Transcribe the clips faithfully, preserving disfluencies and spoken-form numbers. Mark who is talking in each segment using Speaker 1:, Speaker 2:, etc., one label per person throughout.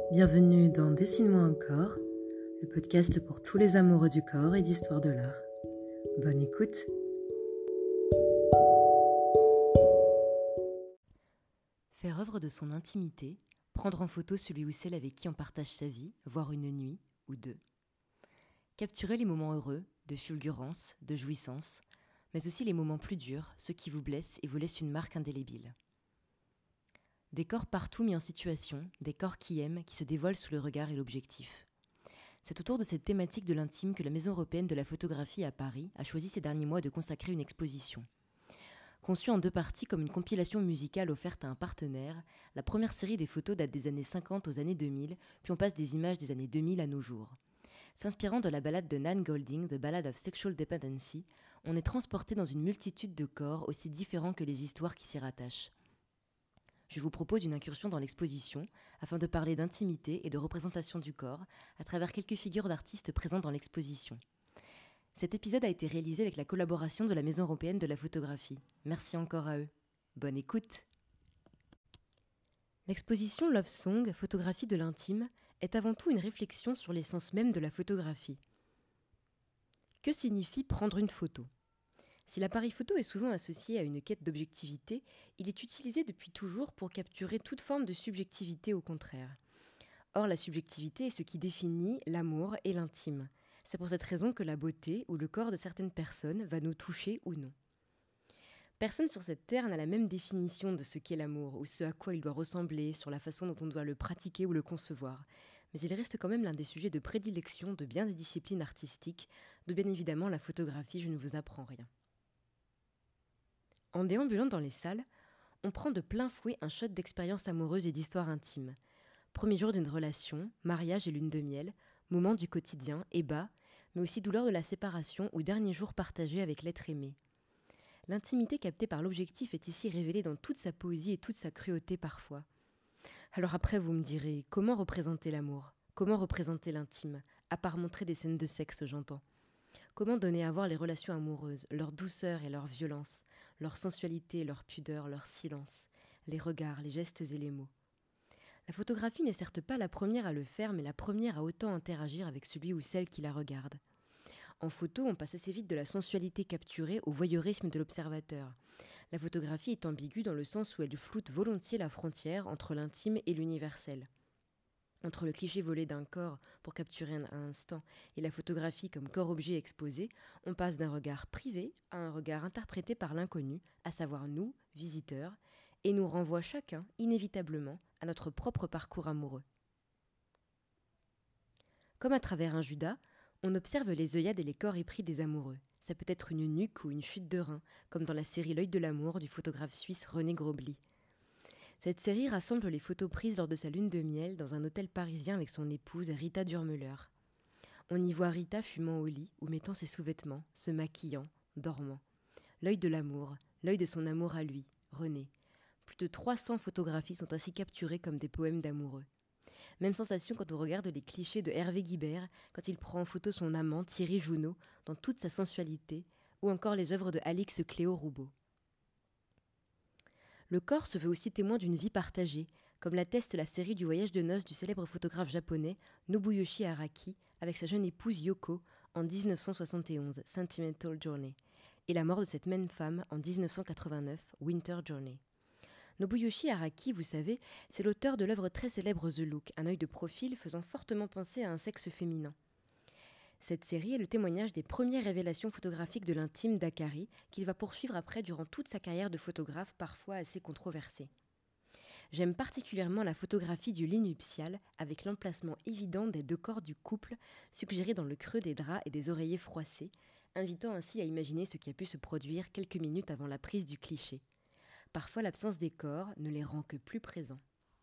Speaker 1: Bienvenue dans Dessine-moi un corps, le podcast pour tous les amoureux du corps et d'histoire de l'art. Bonne écoute. Faire œuvre de son intimité, prendre en photo celui ou celle avec qui on partage sa vie, voire une nuit ou deux. Capturer les moments heureux, de fulgurance, de jouissance, mais aussi les moments plus durs, ceux qui vous blessent et vous laissent une marque indélébile. Des corps partout mis en situation, des corps qui aiment, qui se dévoilent sous le regard et l'objectif. C'est autour de cette thématique de l'intime que la Maison européenne de la photographie à Paris a choisi ces derniers mois de consacrer une exposition. Conçue en deux parties comme une compilation musicale offerte à un partenaire, la première série des photos date des années cinquante aux années deux mille, puis on passe des images des années deux mille à nos jours. S'inspirant de la ballade de Nan Goldin, The Ballad of Sexual Dependency, on est transporté dans une multitude de corps aussi différents que les histoires qui s'y rattachent. Je vous propose une incursion dans l'exposition afin de parler d'intimité et de représentation du corps à travers quelques figures d'artistes présentes dans l'exposition. Cet épisode a été réalisé avec la collaboration de la Maison européenne de la photographie. Merci encore à eux. Bonne écoute. L'exposition Love Song, photographie de l'intime, est avant tout une réflexion sur l'essence même de la photographie. Que signifie prendre une photo ? Si l'appareil photo est souvent associé à une quête d'objectivité, il est utilisé depuis toujours pour capturer toute forme de subjectivité au contraire. Or, la subjectivité est ce qui définit l'amour et l'intime. C'est pour cette raison que la beauté ou le corps de certaines personnes va nous toucher ou non. Personne sur cette terre n'a la même définition de ce qu'est l'amour ou ce à quoi il doit ressembler, sur la façon dont on doit le pratiquer ou le concevoir. Mais il reste quand même l'un des sujets de prédilection de bien des disciplines artistiques, de bien évidemment la photographie, je ne vous apprends rien. En déambulant dans les salles, on prend de plein fouet un shot d'expérience amoureuse et d'histoire intime. Premier jour d'une relation, mariage et lune de miel, moment du quotidien, ébats, mais aussi douleur de la séparation ou dernier jour partagé avec l'être aimé. L'intimité captée par l'objectif est ici révélée dans toute sa poésie et toute sa cruauté parfois. Alors après, vous me direz, comment représenter l'amour ? Comment représenter l'intime ? À part montrer des scènes de sexe, j'entends. Comment donner à voir les relations amoureuses, leur douceur et leur violence, leur sensualité, leur pudeur, leur silence, les regards, les gestes et les mots. La photographie n'est certes pas la première à le faire, mais la première à autant interagir avec celui ou celle qui la regarde. En photo, on passe assez vite de la sensualité capturée au voyeurisme de l'observateur. La photographie est ambiguë dans le sens où elle floute volontiers la frontière entre l'intime et l'universel. Entre le cliché volé d'un corps pour capturer un, un instant et la photographie comme corps-objet exposé, on passe d'un regard privé à un regard interprété par l'inconnu, à savoir nous, visiteurs, et nous renvoie chacun, inévitablement, à notre propre parcours amoureux. Comme à travers un Judas, on observe les œillades et les corps épris des amoureux. Ça peut être une nuque ou une chute de rein, comme dans la série L'œil de l'amour du photographe suisse René Grobli. Cette série rassemble les photos prises lors de sa lune de miel dans un hôtel parisien avec son épouse Rita Durmüller. On y voit Rita fumant au lit ou mettant ses sous-vêtements, se maquillant, dormant. L'œil de l'amour, l'œil de son amour à lui, René. Plus de trois cents photographies sont ainsi capturées comme des poèmes d'amoureux. Même sensation quand on regarde les clichés de Hervé Guibert, quand il prend en photo son amant Thierry Jounot dans toute sa sensualité, ou encore les œuvres de Alix Cléo Roubaud. Le corps se veut aussi témoin d'une vie partagée, comme l'atteste la série du voyage de noces du célèbre photographe japonais Nobuyoshi Araki avec sa jeune épouse Yoko en dix-neuf cent soixante et onze, Sentimental Journey, et la mort de cette même femme en dix-neuf cent quatre-vingt-neuf, Winter Journey. Nobuyoshi Araki, vous savez, c'est l'auteur de l'œuvre très célèbre The Look, un œil de profil faisant fortement penser à un sexe féminin. Cette série est le témoignage des premières révélations photographiques de l'intime d'Akari, qu'il va poursuivre après durant toute sa carrière de photographe, parfois assez controversée. J'aime particulièrement la photographie du lit nuptial, avec l'emplacement évident des deux corps du couple, suggéré dans le creux des draps et des oreillers froissés, invitant ainsi à imaginer ce qui a pu se produire quelques minutes avant la prise du cliché. Parfois, l'absence des corps ne les rend que plus présents.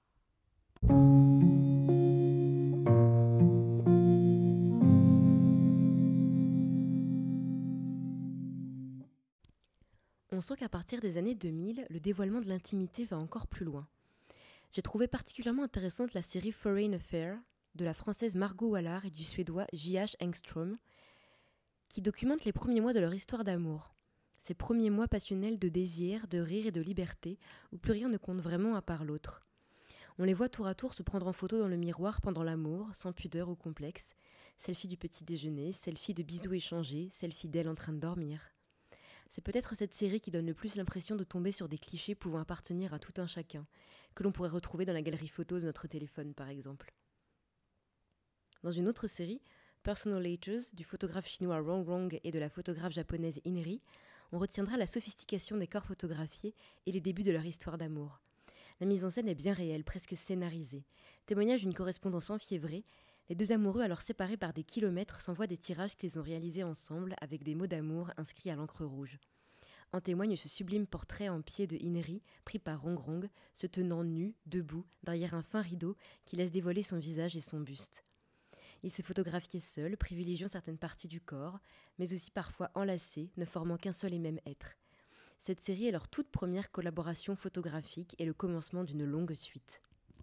Speaker 1: On sent qu'à partir des années deux mille, le dévoilement de l'intimité va encore plus loin. J'ai trouvé particulièrement intéressante la série Foreign Affair de la française Margot Wallard et du suédois J H Engström, qui documentent les premiers mois de leur histoire d'amour. Ces premiers mois passionnels de désir, de rire et de liberté, où plus rien ne compte vraiment à part l'autre. On les voit tour à tour se prendre en photo dans le miroir pendant l'amour, sans pudeur ou complexe. Selfie du petit déjeuner, selfie de bisous échangés, selfie d'elle en train de dormir. C'est peut-être cette série qui donne le plus l'impression de tomber sur des clichés pouvant appartenir à tout un chacun, que l'on pourrait retrouver dans la galerie photo de notre téléphone par exemple. Dans une autre série, Personal Letters, du photographe chinois Rong Rong et de la photographe japonaise Inri, on retiendra la sophistication des corps photographiés et les débuts de leur histoire d'amour. La mise en scène est bien réelle, presque scénarisée. Témoignage d'une correspondance enfiévrée, les deux amoureux, alors séparés par des kilomètres, s'envoient des tirages qu'ils ont réalisés ensemble avec des mots d'amour inscrits à l'encre rouge. En témoigne ce sublime portrait en pied de Inri, pris par Rong Rong, se tenant nu, debout, derrière un fin rideau qui laisse dévoiler son visage et son buste. Il se photographiait seul, privilégiant certaines parties du corps, mais aussi parfois enlacés, ne formant qu'un seul et même être. Cette série est leur toute première collaboration photographique et le commencement d'une longue suite.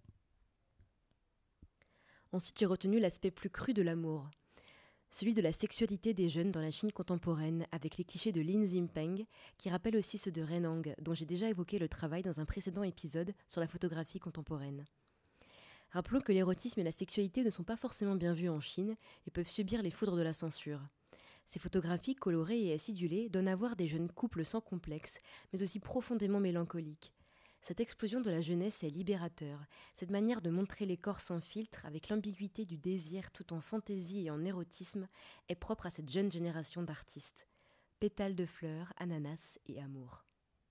Speaker 1: Ensuite, j'ai retenu l'aspect plus cru de l'amour, celui de la sexualité des jeunes dans la Chine contemporaine, avec les clichés de Lin Zinpeng, qui rappellent aussi ceux de Renang, dont j'ai déjà évoqué le travail dans un précédent épisode sur la photographie contemporaine. Rappelons que l'érotisme et la sexualité ne sont pas forcément bien vus en Chine et peuvent subir les foudres de la censure. Ces photographies colorées et acidulées donnent à voir des jeunes couples sans complexe, mais aussi profondément mélancoliques. Cette explosion de la jeunesse est libérateur. Cette manière de montrer les corps sans filtre, avec l'ambiguïté du désir tout en fantaisie et en érotisme, est propre à cette jeune génération d'artistes. Pétales de fleurs, ananas et amour.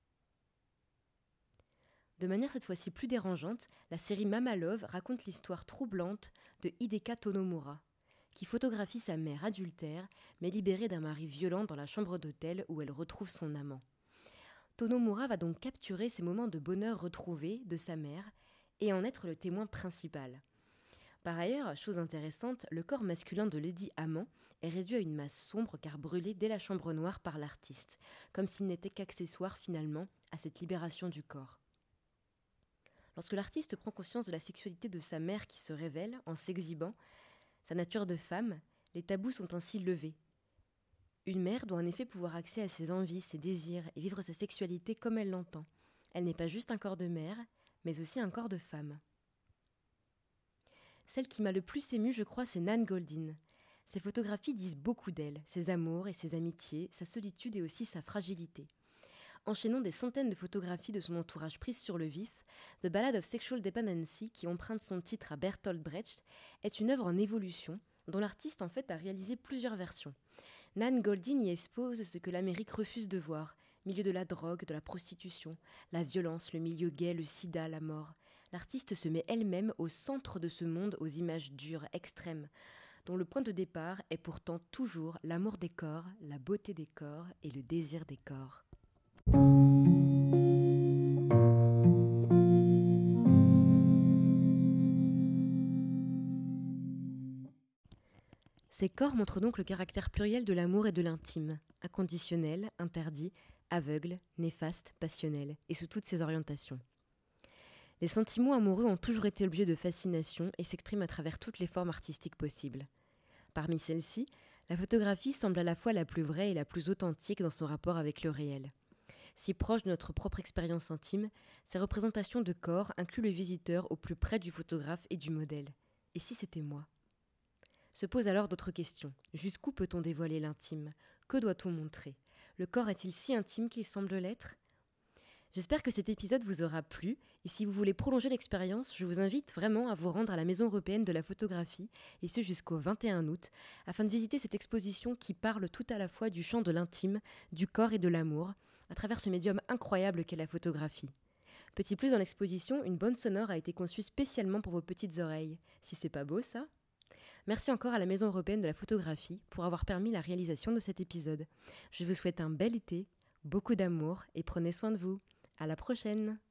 Speaker 1: De manière cette fois-ci plus dérangeante, la série Mama Love raconte l'histoire troublante de Hideka Tonomura, qui photographie sa mère adultère, mais libérée d'un mari violent dans la chambre d'hôtel où elle retrouve son amant. Tonomura va donc capturer ces moments de bonheur retrouvés de sa mère et en être le témoin principal. Par ailleurs, chose intéressante, le corps masculin de Lady Amant est réduit à une masse sombre car brûlé dès la chambre noire par l'artiste, comme s'il n'était qu'accessoire finalement à cette libération du corps. Lorsque l'artiste prend conscience de la sexualité de sa mère qui se révèle en s'exhibant, sa nature de femme, les tabous sont ainsi levés. Une mère doit en effet pouvoir accéder à ses envies, ses désirs et vivre sa sexualité comme elle l'entend. Elle n'est pas juste un corps de mère, mais aussi un corps de femme. Celle qui m'a le plus émue, je crois, c'est Nan Goldin. Ses photographies disent beaucoup d'elle, ses amours et ses amitiés, sa solitude et aussi sa fragilité. Enchaînant des centaines de photographies de son entourage prises sur le vif, The Ballad of Sexual Dependency, qui emprunte son titre à Bertolt Brecht, est une œuvre en évolution, dont l'artiste en fait a réalisé plusieurs versions. Nan Goldin y expose ce que l'Amérique refuse de voir, milieu de la drogue, de la prostitution, la violence, le milieu gay, le sida, la mort. L'artiste se met elle-même au centre de ce monde aux images dures, extrêmes, dont le point de départ est pourtant toujours l'amour des corps, la beauté des corps et le désir des corps. Ces corps montrent donc le caractère pluriel de l'amour et de l'intime, inconditionnel, interdit, aveugle, néfaste, passionnel, et sous toutes ses orientations. Les sentiments amoureux ont toujours été l'objet de fascination et s'expriment à travers toutes les formes artistiques possibles. Parmi celles-ci, la photographie semble à la fois la plus vraie et la plus authentique dans son rapport avec le réel. Si proche de notre propre expérience intime, ces représentations de corps incluent le visiteur au plus près du photographe et du modèle. Et si c'était moi ? Se posent alors d'autres questions. Jusqu'où peut-on dévoiler l'intime ? Que doit-on montrer ? Le corps est-il si intime qu'il semble l'être ? J'espère que cet épisode vous aura plu, et si vous voulez prolonger l'expérience, je vous invite vraiment à vous rendre à la Maison européenne de la photographie, et ce jusqu'au vingt et un août, afin de visiter cette exposition qui parle tout à la fois du champ de l'intime, du corps et de l'amour, à travers ce médium incroyable qu'est la photographie. Petit plus dans l'exposition, une bande sonore a été conçue spécialement pour vos petites oreilles. Si c'est pas beau, ça ? Merci encore à la Maison européenne de la photographie pour avoir permis la réalisation de cet épisode. Je vous souhaite un bel été, beaucoup d'amour et prenez soin de vous. À la prochaine!